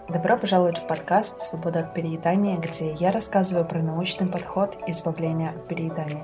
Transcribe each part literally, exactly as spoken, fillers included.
Добро пожаловать в подкаст «Свобода от переедания», где я рассказываю про научный подход избавления от переедания.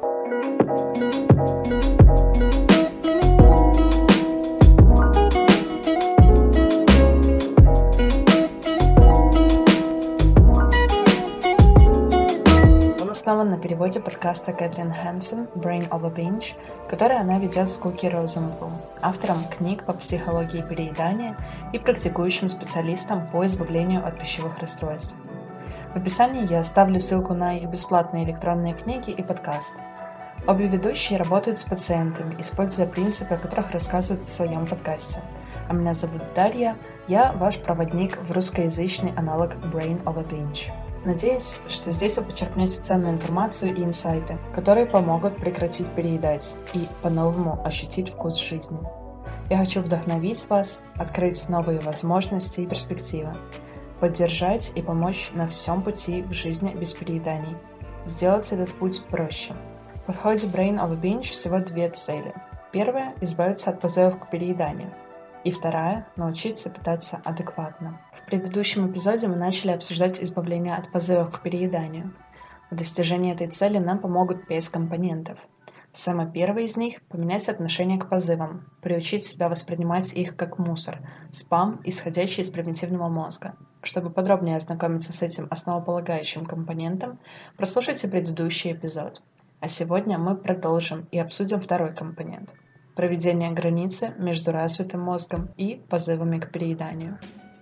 Он основан на переводе подкаста Кэтрин Хэнсон «Brain over Binge», который она ведет с Куки Розенблум, автором книг по психологии переедания и практикующим специалистом по избавлению от пищевых расстройств. В описании я оставлю ссылку на их бесплатные электронные книги и подкаст. Обе ведущие работают с пациентами, используя принципы, о которых рассказывают в своем подкасте. А меня зовут Дарья, я ваш проводник в русскоязычный аналог Brain over Binge. Надеюсь, что здесь вы почерпнете ценную информацию и инсайты, которые помогут прекратить переедать и по-новому ощутить вкус жизни. Я хочу вдохновить вас, открыть новые возможности и перспективы, поддержать и помочь на всем пути в жизни без перееданий, сделать этот путь проще. В подходе Brain over Binge всего две цели. Первая – избавиться от позывов к перееданию. И вторая – научиться питаться адекватно. В предыдущем эпизоде мы начали обсуждать избавление от позывов к перееданию. В достижении этой цели нам помогут пять компонентов. Самый первый из них – поменять отношение к позывам, приучить себя воспринимать их как мусор, спам, исходящий из примитивного мозга. Чтобы подробнее ознакомиться с этим основополагающим компонентом, прослушайте предыдущий эпизод. А сегодня мы продолжим и обсудим второй компонент – проведение границы между развитым мозгом и позывами к перееданию.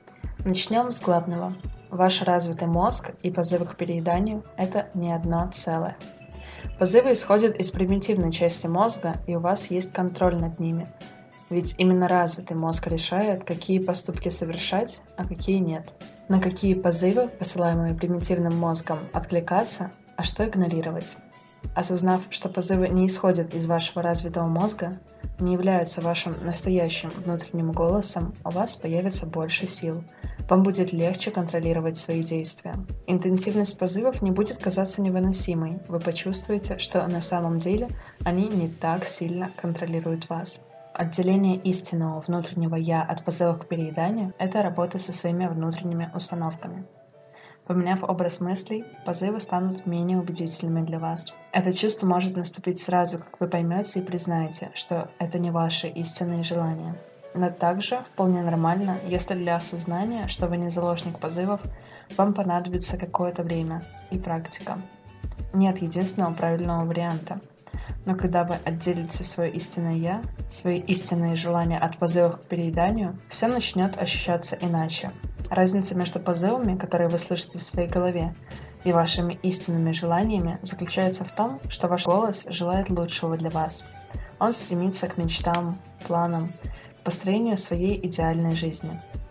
Начнем с главного. Ваш развитый мозг и позывы к перееданию – это не одно целое. Позывы исходят из примитивной части мозга, и у вас есть контроль над ними. Ведь именно развитый мозг решает, какие поступки совершать, а какие нет. На какие позывы, посылаемые примитивным мозгом, откликаться, а что игнорировать. Осознав, что позывы не исходят из вашего развитого мозга, не являются вашим настоящим внутренним голосом, у вас появится больше сил. Вам будет легче контролировать свои действия. Интенсивность позывов не будет казаться невыносимой. Вы почувствуете, что на самом деле они не так сильно контролируют вас. Отделение истинного внутреннего «я» от позывов к перееданию – это работа со своими внутренними установками. Поменяв образ мыслей, позывы станут менее убедительными для вас. Это чувство может наступить сразу, как вы поймете и признаете, что это не ваши истинные желания. Но также вполне нормально, если для осознания, что вы не заложник позывов, вам понадобится какое-то время и практика. Нет единственного правильного варианта. Но когда вы отделите свое истинное «я», свои истинные желания от позывов к перееданию, все начнет ощущаться иначе. Разница между позывами, которые вы слышите в своей голове, и вашими истинными желаниями заключается в том, что ваш голос желает лучшего для вас. Он стремится к мечтам, планам, к построению своей идеальной жизни.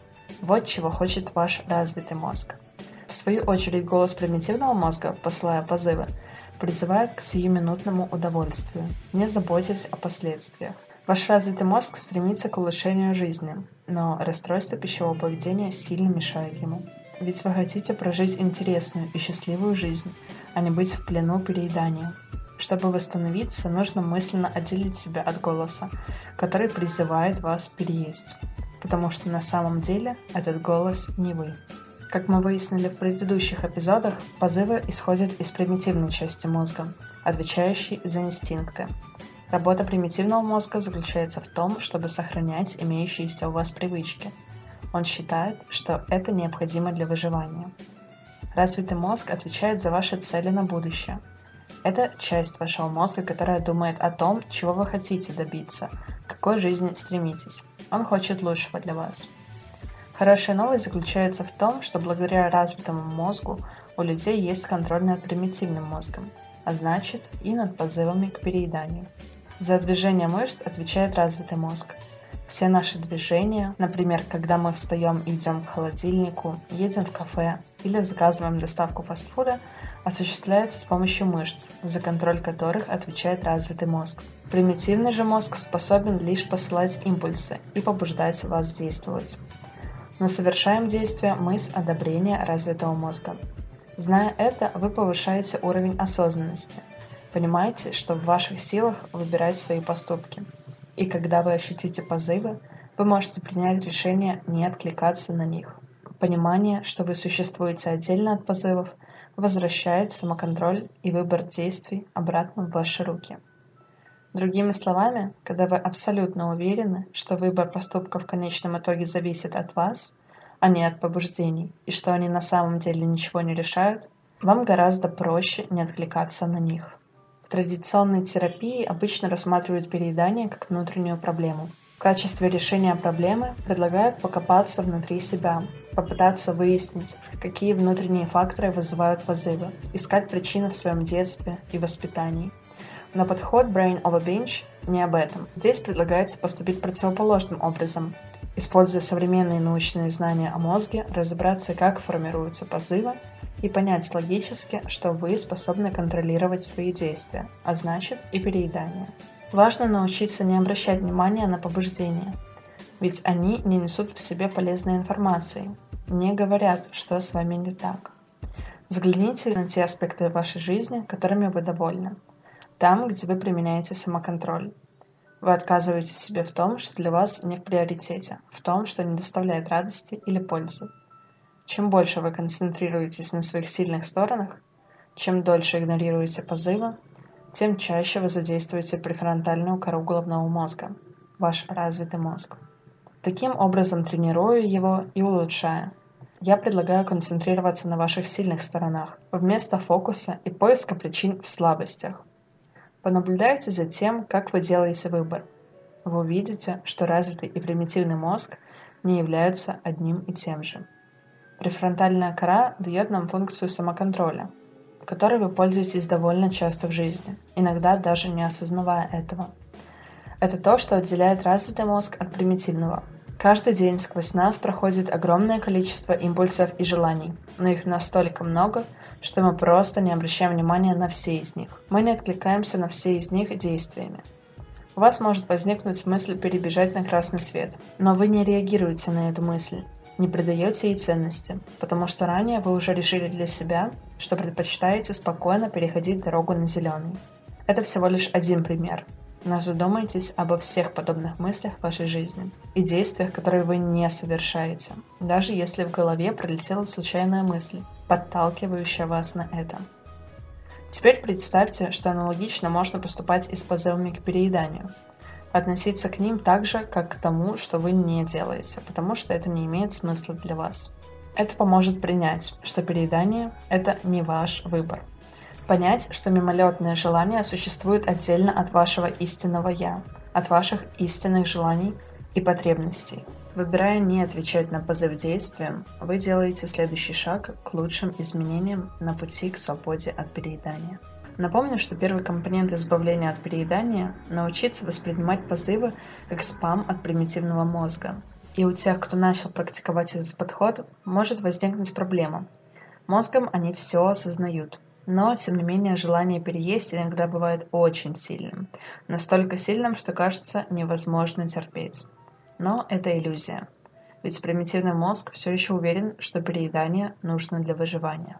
Вот чего хочет ваш развитый мозг. В свою очередь, голос примитивного мозга, посылая позывы, призывает к сиюминутному удовольствию, не заботясь о последствиях. Ваш развитый мозг стремится к улучшению жизни, но расстройство пищевого поведения сильно мешает ему. Ведь вы хотите прожить интересную и счастливую жизнь, а не быть в плену перееданию. Чтобы восстановиться, нужно мысленно отделить себя от голоса, который призывает вас переесть, потому что на самом деле этот голос не вы. Как мы выяснили в предыдущих эпизодах, позывы исходят из примитивной части мозга, отвечающей за инстинкты. Работа примитивного мозга заключается в том, чтобы сохранять имеющиеся у вас привычки. Он считает, что это необходимо для выживания. Развитый мозг отвечает за ваши цели на будущее. Это часть вашего мозга, которая думает о том, чего вы хотите добиться, к какой жизни стремитесь. Он хочет лучшего для вас. Хорошая новость заключается в том, что благодаря развитому мозгу у людей есть контроль над примитивным мозгом, а значит и над позывами к перееданию. За движение мышц отвечает развитый мозг. Все наши движения, например, когда мы встаем и идем к холодильнику, едем в кафе или заказываем доставку фастфуда, осуществляются с помощью мышц, за контроль которых отвечает развитый мозг. Примитивный же мозг способен лишь посылать импульсы и побуждать вас действовать. Но совершаем действия мы с одобрения развитого мозга. Зная это, вы повышаете уровень осознанности. Понимаете, что в ваших силах выбирать свои поступки. И когда вы ощутите позывы, вы можете принять решение не откликаться на них. Понимание, что вы существуете отдельно от позывов, возвращает самоконтроль и выбор действий обратно в ваши руки. Другими словами, когда вы абсолютно уверены, что выбор поступка в конечном итоге зависит от вас, а не от побуждений, и что они на самом деле ничего не решают, вам гораздо проще не откликаться на них. В традиционной терапии обычно рассматривают переедание как внутреннюю проблему. В качестве решения проблемы предлагают покопаться внутри себя, попытаться выяснить, какие внутренние факторы вызывают позывы, искать причины в своем детстве и воспитании. Но подход Brain over Binge не об этом. Здесь предлагается поступить противоположным образом. Используя современные научные знания о мозге, разобраться, как формируются позывы, и понять логически, что вы способны контролировать свои действия, а значит и переедание. Важно научиться не обращать внимания на побуждения, ведь они не несут в себе полезной информации, не говорят, что с вами не так. Взгляните на те аспекты вашей жизни, которыми вы довольны. Там, где вы применяете самоконтроль. Вы отказываете себе в том, что для вас не в приоритете, в том, что не доставляет радости или пользы. Чем больше вы концентрируетесь на своих сильных сторонах, чем дольше игнорируете позывы, тем чаще вы задействуете префронтальную кору головного мозга, ваш развитый мозг. Таким образом тренируя его и улучшая. Я предлагаю концентрироваться на ваших сильных сторонах, вместо фокуса и поиска причин в слабостях. Понаблюдайте за тем, как вы делаете выбор. Вы увидите, что развитый и примитивный мозг не являются одним и тем же. Префронтальная кора дает нам функцию самоконтроля, которой вы пользуетесь довольно часто в жизни, иногда даже не осознавая этого. Это то, что отделяет развитый мозг от примитивного. Каждый день сквозь нас проходит огромное количество импульсов и желаний, но их настолько много, что мы просто не обращаем внимания на все из них. Мы не откликаемся на все из них действиями. У вас может возникнуть мысль перебежать на красный свет, но вы не реагируете на эту мысль, не придаете ей ценности, потому что ранее вы уже решили для себя, что предпочитаете спокойно переходить дорогу на зеленый. Это всего лишь один пример. Но задумайтесь обо всех подобных мыслях в вашей жизни и действиях, которые вы не совершаете, даже если в голове пролетела случайная мысль, подталкивающая вас на это. Теперь представьте, что аналогично можно поступать и с позывами к перееданию. Относиться к ним так же, как к тому, что вы не делаете, потому что это не имеет смысла для вас. Это поможет принять, что переедание – это не ваш выбор. Понять, что мимолетное желание существует отдельно от вашего истинного «я», от ваших истинных желаний и потребностей. Выбирая не отвечать на позыв действием, вы делаете следующий шаг к лучшим изменениям на пути к свободе от переедания. Напомню, что первый компонент избавления от переедания – научиться воспринимать позывы как спам от примитивного мозга. И у тех, кто начал практиковать этот подход, может возникнуть проблема. Мозгом они все осознают. Но, тем не менее, желание переесть иногда бывает очень сильным. Настолько сильным, что кажется невозможно терпеть. Но это иллюзия. Ведь примитивный мозг все еще уверен, что переедание нужно для выживания.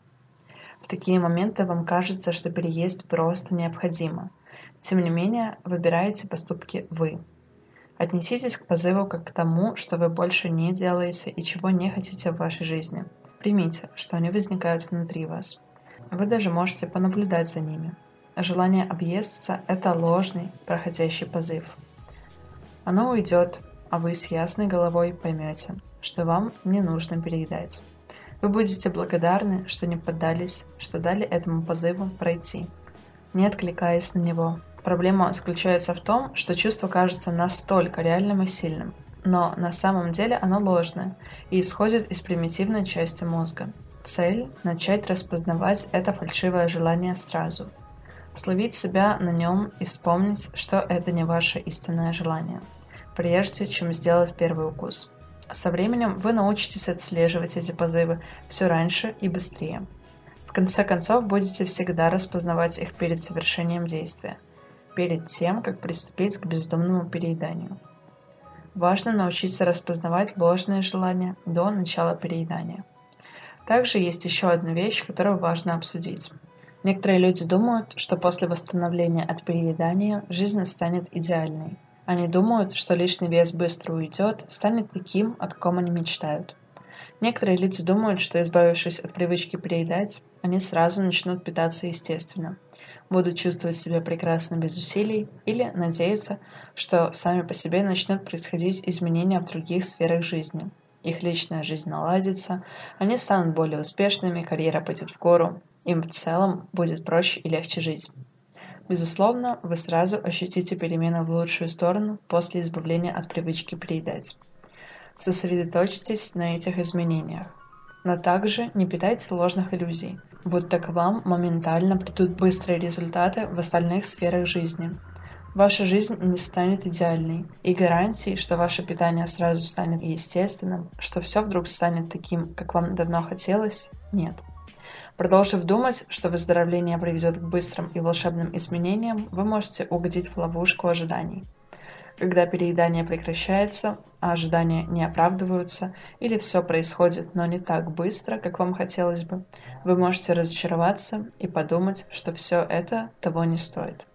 В такие моменты вам кажется, что переесть просто необходимо. Тем не менее, выбираете поступки вы. Отнеситесь к позыву как к тому, что вы больше не делаете и чего не хотите в вашей жизни. Примите, что они возникают внутри вас. Вы даже можете понаблюдать за ними. Желание объесться – это ложный, проходящий позыв. Оно уйдет, а вы с ясной головой поймете, что вам не нужно переедать. Вы будете благодарны, что не поддались, что дали этому позыву пройти, не откликаясь на него. Проблема заключается в том, что чувство кажется настолько реальным и сильным, но на самом деле оно ложное и исходит из примитивной части мозга. Цель – начать распознавать это фальшивое желание сразу, словить себя на нем и вспомнить, что это не ваше истинное желание, прежде чем сделать первый укус. Со временем вы научитесь отслеживать эти позывы все раньше и быстрее. В конце концов, будете всегда распознавать их перед совершением действия, перед тем, как приступить к бездумному перееданию. Важно научиться распознавать ложные желания до начала переедания. Также есть еще одна вещь, которую важно обсудить. Некоторые люди думают, что после восстановления от переедания жизнь станет идеальной. Они думают, что лишний вес быстро уйдет, станет таким, о каком они мечтают. Некоторые люди думают, что, избавившись от привычки переедать, они сразу начнут питаться естественно, будут чувствовать себя прекрасно без усилий или надеются, что сами по себе начнут происходить изменения в других сферах жизни. Их личная жизнь наладится, они станут более успешными, карьера пойдет в гору, им в целом будет проще и легче жить. Безусловно, вы сразу ощутите перемены в лучшую сторону после избавления от привычки переедать. Сосредоточьтесь на этих изменениях. Но также не питайте ложных иллюзий, будто к вам моментально придут быстрые результаты в остальных сферах жизни. Ваша жизнь не станет идеальной, и гарантий, что ваше питание сразу станет естественным, что все вдруг станет таким, как вам давно хотелось, нет. Продолжив думать, что выздоровление приведет к быстрым и волшебным изменениям, вы можете угодить в ловушку ожиданий. Когда переедание прекращается, а ожидания не оправдываются, или все происходит, но не так быстро, как вам хотелось бы, вы можете разочароваться и подумать, что все это того не стоит.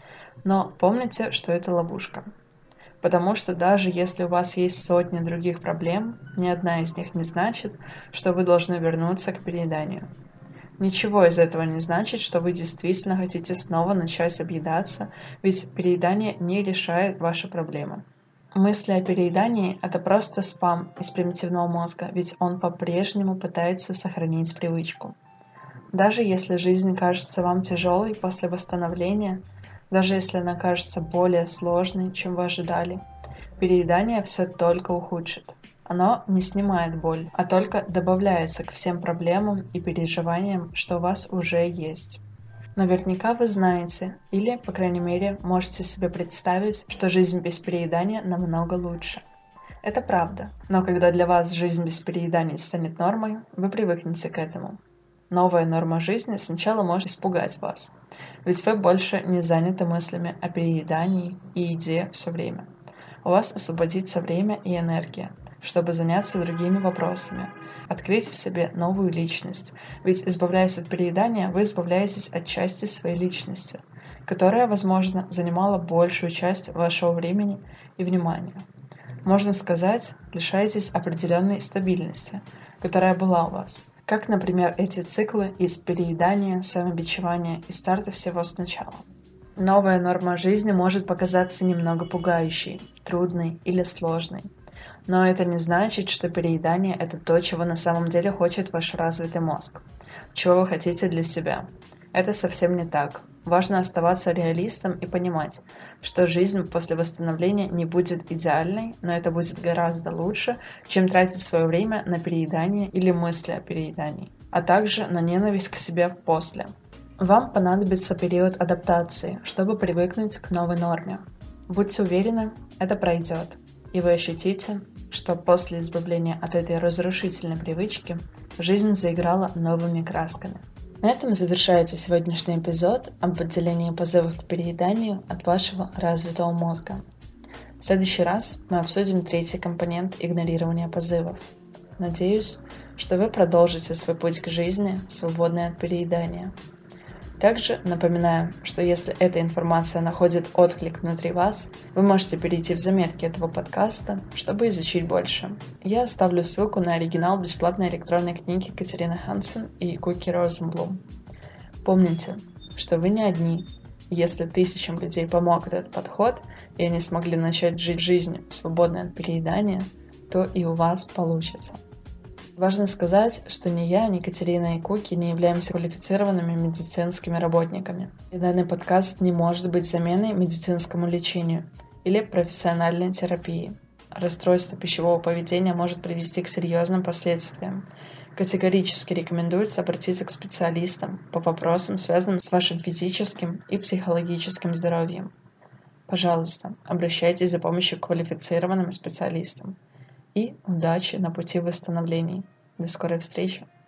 Но помните, что это ловушка. Потому что даже если у вас есть сотни других проблем, ни одна из них не значит, что вы должны вернуться к перееданию. Ничего из этого не значит, что вы действительно хотите снова начать объедаться, ведь переедание не решает ваши проблемы. Мысли о переедании – это просто спам из примитивного мозга, ведь он по-прежнему пытается сохранить привычку. Даже если жизнь кажется вам тяжелой после восстановления, даже если она кажется более сложной, чем вы ожидали, переедание все только ухудшит. Оно не снимает боль, а только добавляется к всем проблемам и переживаниям, что у вас уже есть. Наверняка вы знаете, или, по крайней мере, можете себе представить, что жизнь без переедания намного лучше. Это правда, но когда для вас жизнь без переедания станет нормой, вы привыкнете к этому. Новая норма жизни сначала может испугать вас, ведь вы больше не заняты мыслями о переедании и еде все время. У вас освободится время и энергия, чтобы заняться другими вопросами, открыть в себе новую личность, ведь, избавляясь от переедания, вы избавляетесь от части своей личности, которая, возможно, занимала большую часть вашего времени и внимания. Можно сказать, лишаетесь определенной стабильности, которая была у вас. Как, например, эти циклы из переедания, самобичевания и старта всего сначала. Новая норма жизни может показаться немного пугающей, трудной или сложной. Но это не значит, что переедание – это то, чего на самом деле хочет ваш развитый мозг, чего вы хотите для себя. Это совсем не так. Важно оставаться реалистом и понимать, что жизнь после восстановления не будет идеальной, но это будет гораздо лучше, чем тратить свое время на переедание или мысли о переедании, а также на ненависть к себе после. Вам понадобится период адаптации, чтобы привыкнуть к новой норме. Будьте уверены, это пройдет, и вы ощутите, что после избавления от этой разрушительной привычки жизнь заиграла новыми красками. На этом завершается сегодняшний эпизод об отделении позывов к перееданию от вашего развитого мозга. В следующий раз мы обсудим третий компонент игнорирования позывов. Надеюсь, что вы продолжите свой путь к жизни, свободной от переедания. Также напоминаю, что если эта информация находит отклик внутри вас, вы можете перейти в заметки этого подкаста, чтобы изучить больше. Я оставлю ссылку на оригинал бесплатной электронной книги Катерины Хансен и Куки Розенблум. Помните, что вы не одни. Если тысячам людей помог этот подход, и они смогли начать жить жизнью, свободной от переедания, то и у вас получится. Важно сказать, что ни я, ни Катерина и Куки не являемся квалифицированными медицинскими работниками. И данный подкаст не может быть заменой медицинскому лечению или профессиональной терапии. Расстройство пищевого поведения может привести к серьезным последствиям. Категорически рекомендуется обратиться к специалистам по вопросам, связанным с вашим физическим и психологическим здоровьем. Пожалуйста, обращайтесь за помощью к квалифицированным специалистам. И удачи на пути восстановления. До скорой встречи!